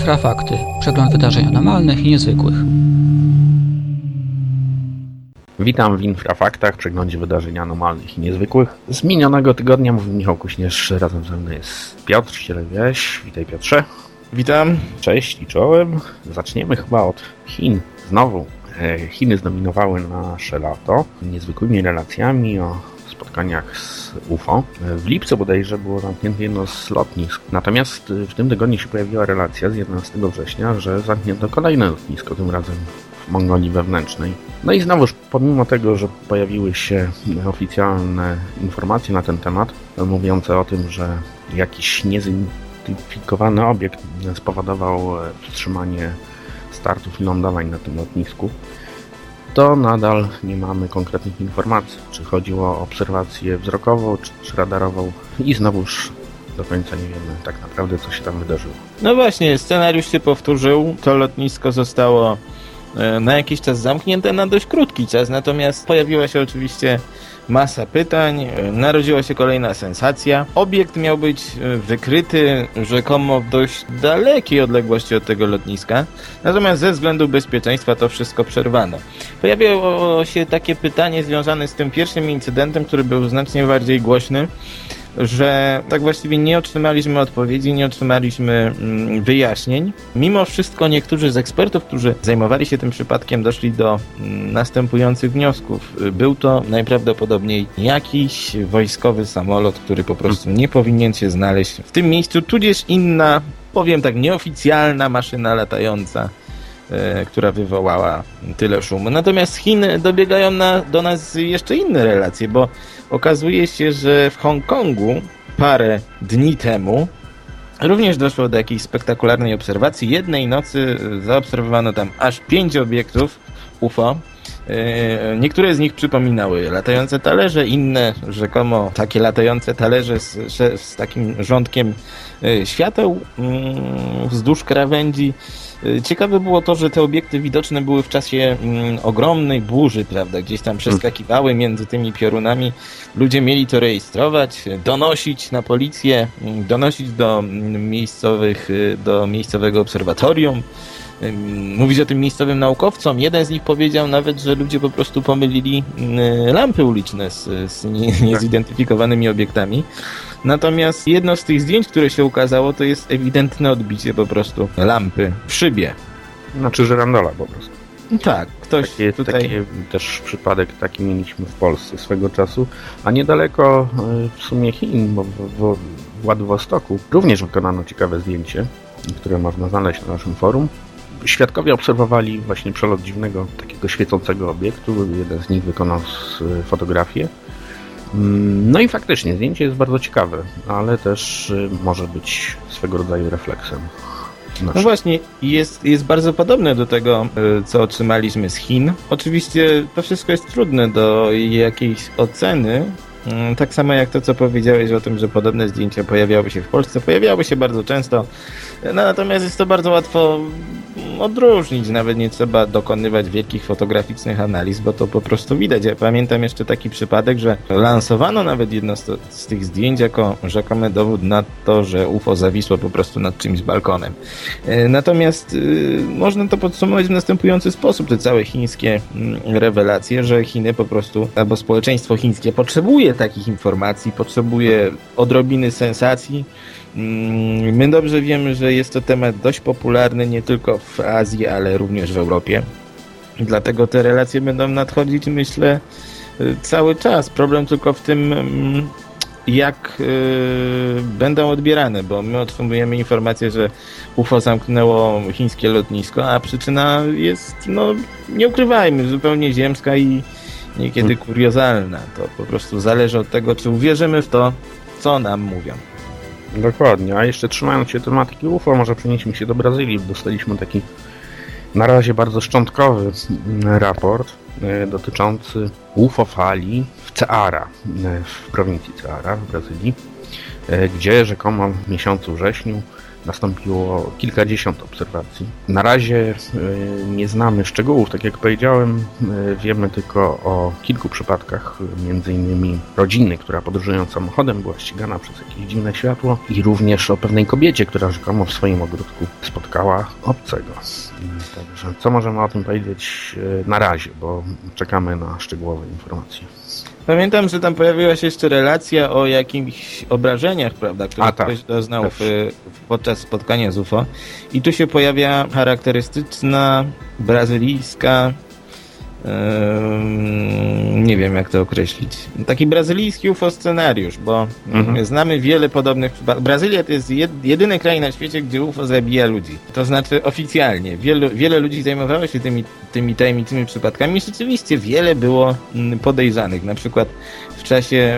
Infrafakty. Przegląd wydarzeń anormalnych i niezwykłych. Witam w Infrafaktach, przeglądzie wydarzeń anormalnych i niezwykłych. Z minionego tygodnia mówi Michał Kuśnierz, razem ze mną jest Piotr Ścielewiaś. Witaj, Piotrze. Witam. Cześć i czołem. Zaczniemy chyba od Chin. Znowu Chiny zdominowały nasze lato niezwykłymi relacjami o spotkaniach z UFO. W lipcu bodajże było zamknięte jedno z lotnisk. Natomiast w tym tygodniu się pojawiła relacja z 11 września, że zamknięto kolejne lotnisko, tym razem w Mongolii wewnętrznej. No i znowuż, pomimo tego, że pojawiły się oficjalne informacje na ten temat, mówiące o tym, że jakiś niezidentyfikowany obiekt spowodował wstrzymanie startów i lądowań na tym lotnisku, to nadal nie mamy konkretnych informacji, czy chodziło o obserwację wzrokową, czy radarową i znowuż do końca nie wiemy tak naprawdę, co się tam wydarzyło. No właśnie, scenariusz się powtórzył, to lotnisko zostało na jakiś czas zamknięte, na dość krótki czas, natomiast pojawiła się oczywiście masa pytań, narodziła się kolejna sensacja. Obiekt miał być wykryty rzekomo w dość dalekiej odległości od tego lotniska, natomiast ze względu bezpieczeństwa to wszystko przerwano. Pojawiło się takie pytanie związane z tym pierwszym incydentem, który był znacznie bardziej głośny, że tak właściwie nie otrzymaliśmy odpowiedzi, nie otrzymaliśmy wyjaśnień. Mimo wszystko niektórzy z ekspertów, którzy zajmowali się tym przypadkiem, doszli do następujących wniosków. Był to najprawdopodobniej jakiś wojskowy samolot, który po prostu nie powinien się znaleźć w tym miejscu, tudzież inna, powiem tak, nieoficjalna maszyna latająca, która wywołała tyle szumu. Natomiast z Chin dobiegają do nas jeszcze inne relacje, bo okazuje się, że w Hongkongu parę dni temu również doszło do jakiejś spektakularnej obserwacji. Jednej nocy zaobserwowano tam aż 5 obiektów UFO. Niektóre z nich przypominały latające talerze, inne rzekomo takie latające talerze z takim rządkiem świateł wzdłuż krawędzi. Ciekawe było to, że te obiekty widoczne były w czasie ogromnej burzy, prawda, gdzieś tam przeskakiwały między tymi piorunami. Ludzie mieli to rejestrować, donosić na policję, donosić do miejscowego obserwatorium, mówić o tym miejscowym naukowcom. Jeden z nich powiedział nawet, że ludzie po prostu pomylili lampy uliczne z niezidentyfikowanymi obiektami. Natomiast jedno z tych zdjęć, które się ukazało, to jest ewidentne odbicie po prostu lampy w szybie. Znaczy żyrandola po prostu. Tak, ktoś Taki też przypadek taki mieliśmy w Polsce swego czasu, a niedaleko w sumie Chin, bo w Władywostoku również wykonano ciekawe zdjęcie, które można znaleźć na naszym forum. Świadkowie obserwowali właśnie przelot dziwnego, takiego świecącego obiektu. Jeden z nich wykonał fotografię. No i faktycznie zdjęcie jest bardzo ciekawe, ale też może być swego rodzaju refleksem. No właśnie, jest bardzo podobne do tego, co otrzymaliśmy z Chin. Oczywiście to wszystko jest trudne do jakiejś oceny. Tak samo jak to, co powiedziałeś o tym, że podobne zdjęcia pojawiały się w Polsce, pojawiały się bardzo często. No, natomiast jest to bardzo łatwo odróżnić, nawet nie trzeba dokonywać wielkich fotograficznych analiz, bo to po prostu widać. Ja pamiętam jeszcze taki przypadek, że lansowano nawet jedno z tych zdjęć jako rzekomy dowód na to, że UFO zawisło po prostu nad czymś balkonem. Natomiast można to podsumować w następujący sposób, te całe chińskie rewelacje, że Chiny po prostu, albo społeczeństwo chińskie potrzebuje takich informacji, potrzebuje odrobiny sensacji. My dobrze wiemy, że jest to temat dość popularny nie tylko w Azji, ale również w Europie. Dlatego te relacje będą nadchodzić, myślę, cały czas. Problem tylko w tym, jak będą odbierane, bo my otrzymujemy informację, że UFO zamknęło chińskie lotnisko, a przyczyna jest, nie ukrywajmy, zupełnie ziemska i niekiedy kuriozalna. To po prostu zależy od tego, czy uwierzymy w to, co nam mówią. Dokładnie, a jeszcze trzymając się tematyki UFO, może przenieśmy się do Brazylii. Dostaliśmy taki na razie bardzo szczątkowy raport dotyczący UFO fali w Ceará, w prowincji Ceará w Brazylii, gdzie rzekomo w miesiącu wrześniu nastąpiło kilkadziesiąt obserwacji. Na razie nie znamy szczegółów, tak jak powiedziałem, wiemy tylko o kilku przypadkach, między innymi rodziny, która podróżując samochodem była ścigana przez jakieś dziwne światło i również o pewnej kobiecie, która rzekomo w swoim ogródku spotkała obcego. Także co możemy o tym powiedzieć na razie, bo czekamy na szczegółowe informacje. Pamiętam, że tam pojawiła się jeszcze relacja o jakichś obrażeniach, prawda, które ktoś doznał podczas spotkania z UFO. I tu się pojawia charakterystyczna brazylijska, nie wiem jak to określić, taki brazylijski UFO scenariusz, bo znamy wiele podobnych przypadków. Brazylia to jest jedyny kraj na świecie, gdzie UFO zabija ludzi. To znaczy oficjalnie. Wiele ludzi zajmowało się tymi tajemniczymi przypadkami i rzeczywiście wiele było podejrzanych. Na przykład w czasie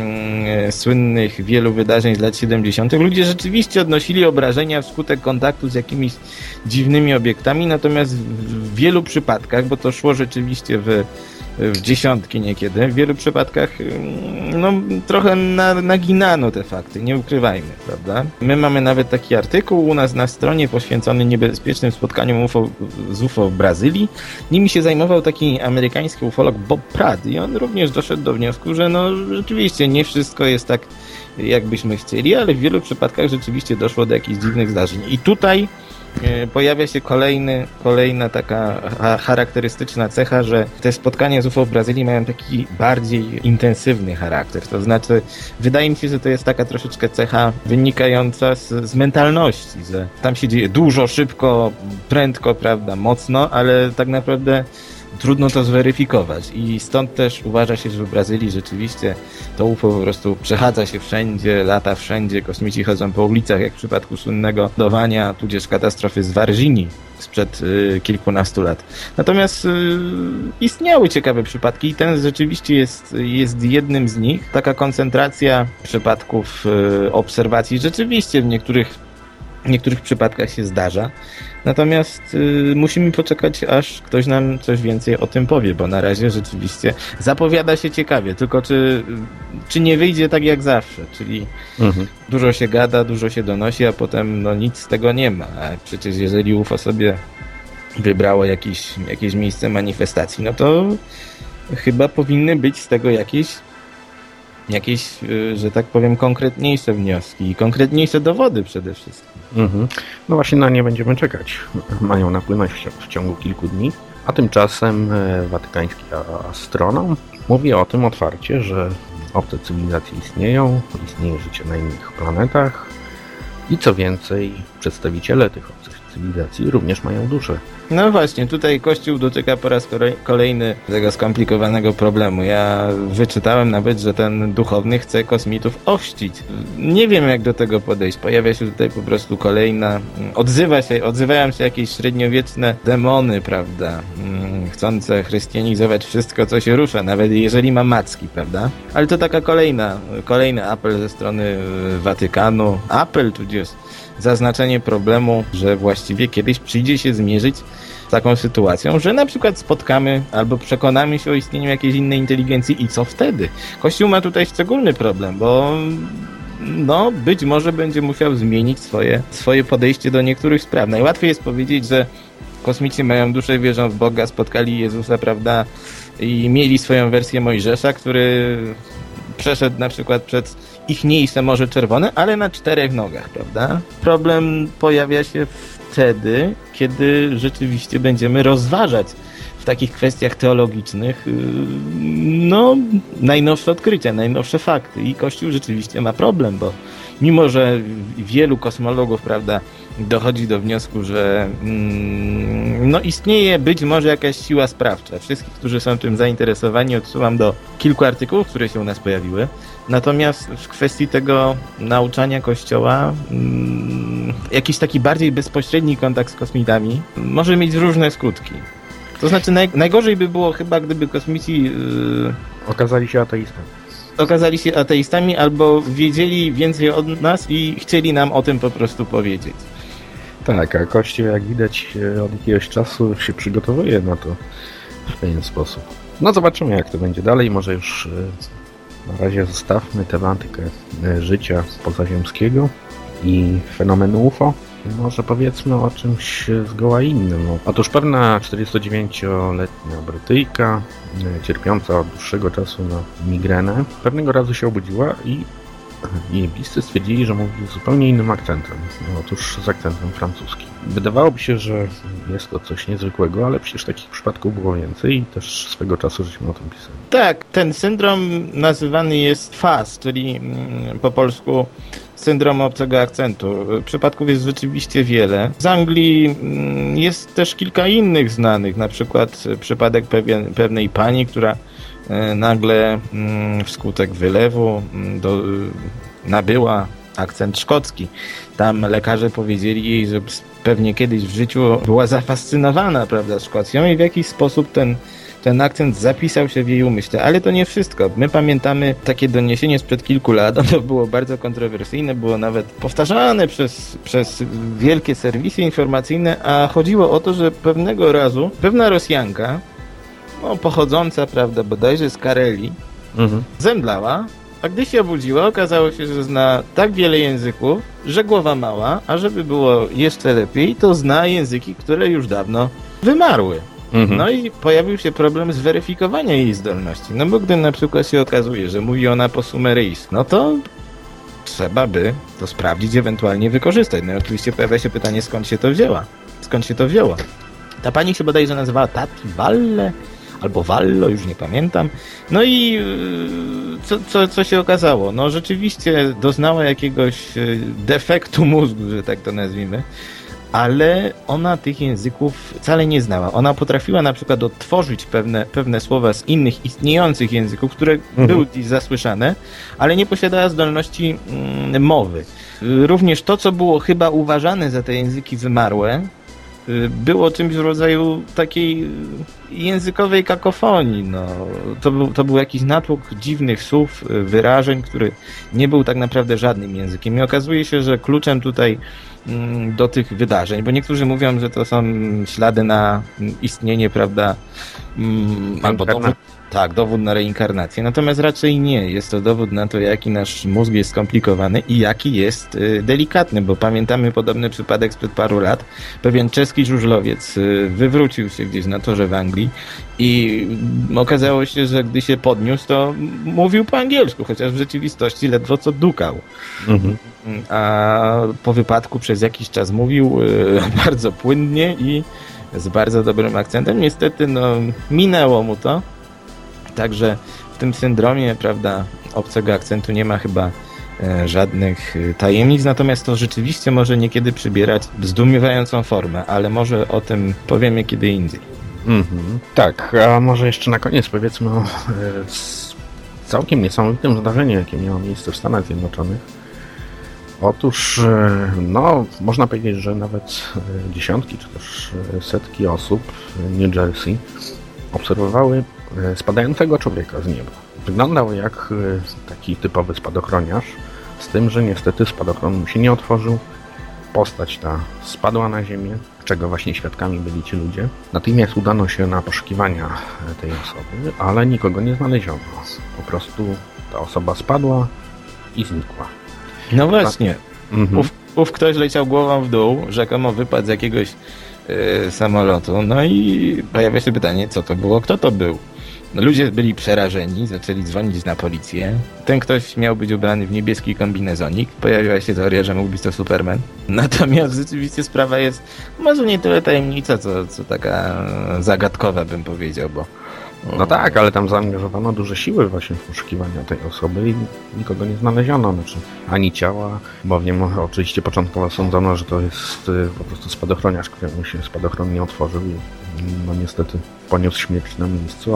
słynnych wielu wydarzeń z lat 70. ludzie rzeczywiście odnosili obrażenia wskutek kontaktu z jakimiś dziwnymi obiektami, natomiast w wielu przypadkach, bo to szło rzeczywiście w dziesiątki niekiedy, w wielu przypadkach no, trochę naginano te fakty, nie ukrywajmy, prawda? My mamy nawet taki artykuł u nas na stronie poświęcony niebezpiecznym spotkaniom z UFO w Brazylii. Nimi się zajmował taki amerykański ufolog Bob Pratt i on również doszedł do wniosku, że no rzeczywiście nie wszystko jest tak, jakbyśmy chcieli, ale w wielu przypadkach rzeczywiście doszło do jakichś dziwnych zdarzeń. I tutaj pojawia się kolejna taka charakterystyczna cecha, że te spotkania z UFO w Brazylii mają taki bardziej intensywny charakter. To znaczy, wydaje mi się, że to jest taka troszeczkę cecha wynikająca z mentalności, że tam się dzieje dużo, szybko, prędko, prawda, mocno, ale tak naprawdę trudno to zweryfikować i stąd też uważa się, że w Brazylii rzeczywiście to UFO po prostu przechadza się wszędzie, lata wszędzie, kosmici chodzą po ulicach, jak w przypadku słynnego lądowania, tudzież katastrofy z Varginii sprzed kilkunastu lat. Natomiast istniały ciekawe przypadki i ten rzeczywiście jest jednym z nich. Taka koncentracja przypadków obserwacji rzeczywiście w niektórych przypadkach się zdarza. Natomiast musimy poczekać, aż ktoś nam coś więcej o tym powie, bo na razie rzeczywiście zapowiada się ciekawie, tylko czy nie wyjdzie tak jak zawsze, czyli dużo się gada, dużo się donosi, a potem no nic z tego nie ma. A przecież jeżeli UFO sobie wybrało jakieś miejsce manifestacji, no to chyba powinny być z tego jakieś, że tak powiem, konkretniejsze wnioski i konkretniejsze dowody przede wszystkim. No właśnie na nie będziemy czekać. Mają napłynąć w ciągu kilku dni. A tymczasem watykański astronom mówi o tym otwarcie, że obce cywilizacje istnieją, istnieje życie na innych planetach i co więcej, przedstawiciele tych obcych cywilizacji również mają duszę. No właśnie, tutaj Kościół dotyka po raz kolejny tego skomplikowanego problemu. Ja wyczytałem nawet, że ten duchowny chce kosmitów ochrzcić. Nie wiem, jak do tego podejść. Pojawia się tutaj po prostu kolejna... Odzywają się jakieś średniowieczne demony, prawda? Chcące chrystianizować wszystko, co się rusza, nawet jeżeli ma macki, prawda? Ale to taka kolejny apel ze strony Watykanu. Apel, tudzież zaznaczenie problemu, że właściwie kiedyś przyjdzie się zmierzyć z taką sytuacją, że na przykład spotkamy albo przekonamy się o istnieniu jakiejś innej inteligencji i co wtedy? Kościół ma tutaj szczególny problem, bo no być może będzie musiał zmienić swoje podejście do niektórych spraw. Najłatwiej jest powiedzieć, że kosmici mają duszę, wierzą w Boga, spotkali Jezusa, prawda, i mieli swoją wersję Mojżesza, który przeszedł na przykład przez ichniejsze Morze Czerwone, ale na 4 nogach, prawda? Problem pojawia się wtedy, kiedy rzeczywiście będziemy rozważać w takich kwestiach teologicznych no, najnowsze odkrycia, najnowsze fakty i Kościół rzeczywiście ma problem, bo mimo, że wielu kosmologów, prawda, dochodzi do wniosku, że no istnieje być może jakaś siła sprawcza. Wszystkich, którzy są tym zainteresowani, odsyłam do kilku artykułów, które się u nas pojawiły. Natomiast w kwestii tego nauczania Kościoła jakiś taki bardziej bezpośredni kontakt z kosmitami może mieć różne skutki. To znaczy najgorzej by było chyba, gdyby kosmici okazali się ateistami albo wiedzieli więcej od nas i chcieli nam o tym po prostu powiedzieć. Tak, a Kościół, jak widać, od jakiegoś czasu się przygotowuje na to w pewien sposób. No zobaczymy, jak to będzie dalej. Może już na razie zostawmy tematykę życia pozaziemskiego i fenomenu UFO. Może powiedzmy o czymś zgoła innym. Otóż pewna 49-letnia Brytyjka, cierpiąca od dłuższego czasu na migrenę, pewnego razu się obudziła i jej bliscy stwierdzili, że mówi z zupełnie innym akcentem. Otóż z akcentem francuskim. Wydawałoby się, że jest to coś niezwykłego, ale przecież takich przypadków było więcej i też swego czasu żeśmy o tym pisali. Tak, ten syndrom nazywany jest FAS, czyli po polsku syndrom obcego akcentu. Przypadków jest rzeczywiście wiele. Z Anglii jest też kilka innych znanych, na przykład przypadek pewnej pani, która nagle wskutek wylewu nabyła akcent szkocki. Tam lekarze powiedzieli jej, że pewnie kiedyś w życiu była zafascynowana, prawda, Szkocją i w jakiś sposób ten akcent zapisał się w jej umyśle. Ale to nie wszystko. My pamiętamy takie doniesienie sprzed kilku lat. Ono było bardzo kontrowersyjne, było nawet powtarzane przez wielkie serwisy informacyjne, a chodziło o to, że pewnego razu pewna Rosjanka, pochodząca, prawda, bodajże z Karelii, zemdlała, a gdy się obudziła, okazało się, że zna tak wiele języków, że głowa mała, a żeby było jeszcze lepiej, to zna języki, które już dawno wymarły. No i pojawił się problem zweryfikowania jej zdolności. No bo gdy na przykład się okazuje, że mówi ona po sumeryjsku, no to trzeba by to sprawdzić, ewentualnie wykorzystać. No i oczywiście pojawia się pytanie, skąd się to wzięło. Ta pani się bodajże nazywała Tati Walle, albo Wallo, już nie pamiętam. No i co się okazało? No rzeczywiście doznała jakiegoś defektu mózgu, że tak to nazwijmy, ale ona tych języków wcale nie znała. Ona potrafiła na przykład odtworzyć pewne słowa z innych istniejących języków, które były dziś zasłyszane, ale nie posiadała zdolności mowy. Również to, co było chyba uważane za te języki wymarłe, było czymś w rodzaju takiej językowej kakofonii. No, to był jakiś natłok dziwnych słów, wyrażeń, który nie był tak naprawdę żadnym językiem. I okazuje się, że kluczem tutaj do tych wydarzeń, bo niektórzy mówią, że to są ślady na istnienie, prawda, albo dowód na reinkarnację, natomiast raczej nie. Jest to dowód na to, jaki nasz mózg jest skomplikowany i jaki jest delikatny, bo pamiętamy podobny przypadek sprzed paru lat. Pewien czeski żużlowiec wywrócił się gdzieś na torze w Anglii i okazało się, że gdy się podniósł, to mówił po angielsku, chociaż w rzeczywistości ledwo co dukał. A po wypadku przez jakiś czas mówił bardzo płynnie i z bardzo dobrym akcentem. Niestety, minęło mu to. Także w tym syndromie, prawda, obcego akcentu nie ma chyba żadnych tajemnic, natomiast to rzeczywiście może niekiedy przybierać zdumiewającą formę, ale może o tym powiemy kiedy indziej. Tak, a może jeszcze na koniec powiedzmy o całkiem niesamowitym zdarzeniu, jakie miało miejsce w Stanach Zjednoczonych. Otóż, można powiedzieć, że nawet dziesiątki czy też setki osób w New Jersey obserwowały spadającego człowieka z nieba. Wyglądał jak taki typowy spadochroniarz, z tym, że niestety spadochron mu się nie otworzył. Postać ta spadła na ziemię, czego właśnie świadkami byli ci ludzie. Natychmiast udano się na poszukiwania tej osoby, ale nikogo nie znaleziono. Po prostu ta osoba spadła i znikła. No właśnie. Ów ktoś leciał głową w dół, rzekomo wypadł z jakiegoś samolotu. No i pojawia się pytanie, co to było, kto to był? Ludzie byli przerażeni, zaczęli dzwonić na policję. Ten ktoś miał być ubrany w niebieski kombinezonik. Pojawiła się teoria, że mógł być to Superman. Natomiast rzeczywiście sprawa jest może nie tyle tajemnica, co taka zagadkowa, bym powiedział, bo... No tak, ale tam zaangażowano duże siły właśnie w poszukiwania tej osoby i nikogo nie znaleziono, ani ciała, bowiem oczywiście początkowo sądzono, że to jest po prostu spadochroniarz, któremu się spadochron nie otworzył i niestety poniósł śmierć na miejscu,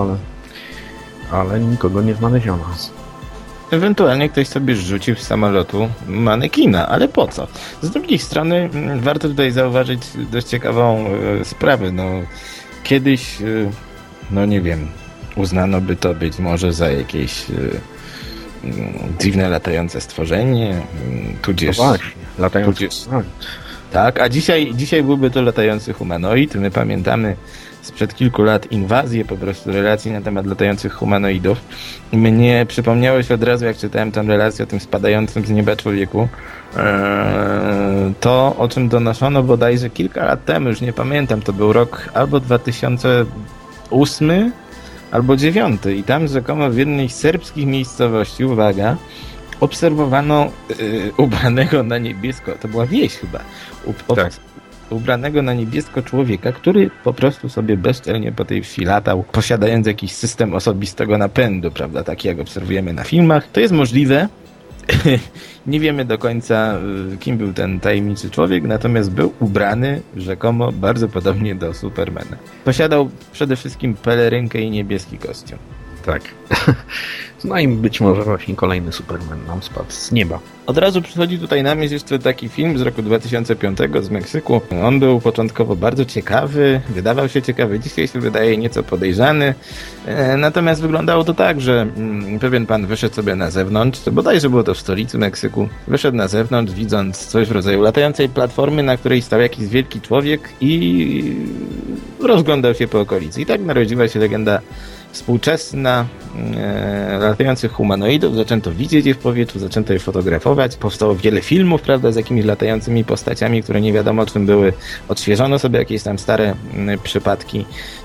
ale nikogo nie znaleziono. Ewentualnie ktoś sobie rzucił z samolotu manekina, ale po co? Z drugiej strony warto tutaj zauważyć dość ciekawą sprawę. Kiedyś, nie wiem, uznano by to być może za jakieś dziwne latające stworzenie, tudzież... No właśnie, latające. Tak, a dzisiaj byłby to latający humanoid. My pamiętamy sprzed kilku lat inwazję po prostu relacji na temat latających humanoidów. Mnie przypomniało się od razu, jak czytałem tę relację o tym spadającym z nieba człowieku, to, o czym donoszono bodajże kilka lat temu, już nie pamiętam, to był rok albo 2008, albo 2009 i tam rzekomo w jednej z serbskich miejscowości, uwaga, obserwowano ubranego na niebiesko, to była wieś chyba, ubranego na niebiesko człowieka, który po prostu sobie bezczelnie po tej wsi latał, posiadając jakiś system osobistego napędu, prawda, taki jak obserwujemy na filmach. To jest możliwe. Nie wiemy do końca, kim był ten tajemniczy człowiek, natomiast był ubrany rzekomo bardzo podobnie do Supermana. Posiadał przede wszystkim pelerynkę i niebieski kostium. Tak. No i być może właśnie kolejny Superman nam spadł z nieba. Od razu przychodzi tutaj na myśl jeszcze taki film z roku 2005 z Meksyku. On był początkowo bardzo ciekawy, wydawał się ciekawy, dzisiaj się wydaje nieco podejrzany. Natomiast wyglądało to tak, że pewien pan wyszedł sobie na zewnątrz, bodajże było to w stolicy Meksyku, wyszedł na zewnątrz, widząc coś w rodzaju latającej platformy, na której stał jakiś wielki człowiek i rozglądał się po okolicy. I tak narodziła się legenda współczesna latających humanoidów. Zaczęto widzieć je w powietrzu, zaczęto je fotografować. Powstało wiele filmów, prawda, z jakimiś latającymi postaciami, które nie wiadomo czym były. Odświeżono sobie jakieś tam stare przypadki.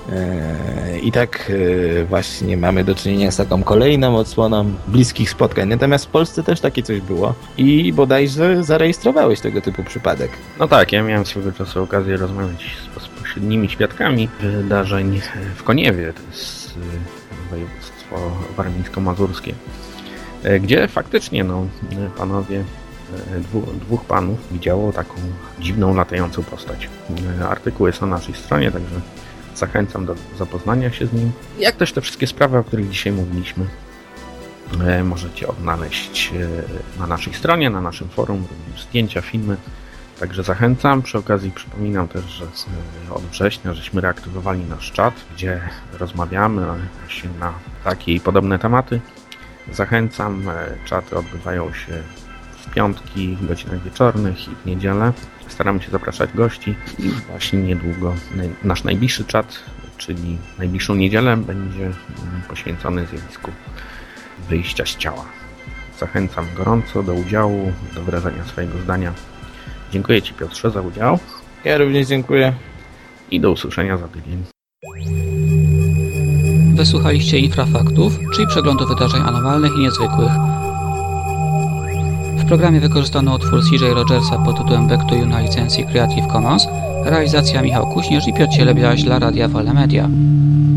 I tak właśnie mamy do czynienia z taką kolejną odsłoną bliskich spotkań. Natomiast w Polsce też takie coś było i bodajże zarejestrowałeś tego typu przypadek. No tak, ja miałem swego czasu okazję rozmawiać z bezpośrednimi świadkami wydarzeń w Koniewie, to jest województwo warmińsko-mazurskie, gdzie faktycznie panowie, dwóch panów widziało taką dziwną, latającą postać. Artykuł jest na naszej stronie, także zachęcam do zapoznania się z nim. Jak też te wszystkie sprawy, o których dzisiaj mówiliśmy, możecie odnaleźć na naszej stronie, na naszym forum, również zdjęcia, filmy. Także zachęcam. Przy okazji przypominam też, że od września żeśmy reaktywowali nasz czat, gdzie rozmawiamy właśnie na takie i podobne tematy. Zachęcam. Czaty odbywają się w piątki, w godzinach wieczornych i w niedzielę. Staramy się zapraszać gości i właśnie niedługo nasz najbliższy czat, czyli najbliższą niedzielę, będzie poświęcony zjawisku wyjścia z ciała. Zachęcam gorąco do udziału, do wyrażenia swojego zdania. Dziękuję Ci, Piotrze, za udział. Ja również dziękuję. I do usłyszenia za tydzień. Wysłuchaliście Infrafaktów, czyli przeglądu wydarzeń anormalnych i niezwykłych. W programie wykorzystano utwór CJ Rogersa pod tytułem Back to You na licencji Creative Commons, realizacja Michał Kuśnierz i Piotr Cielebiaś dla Radia Wolne Media.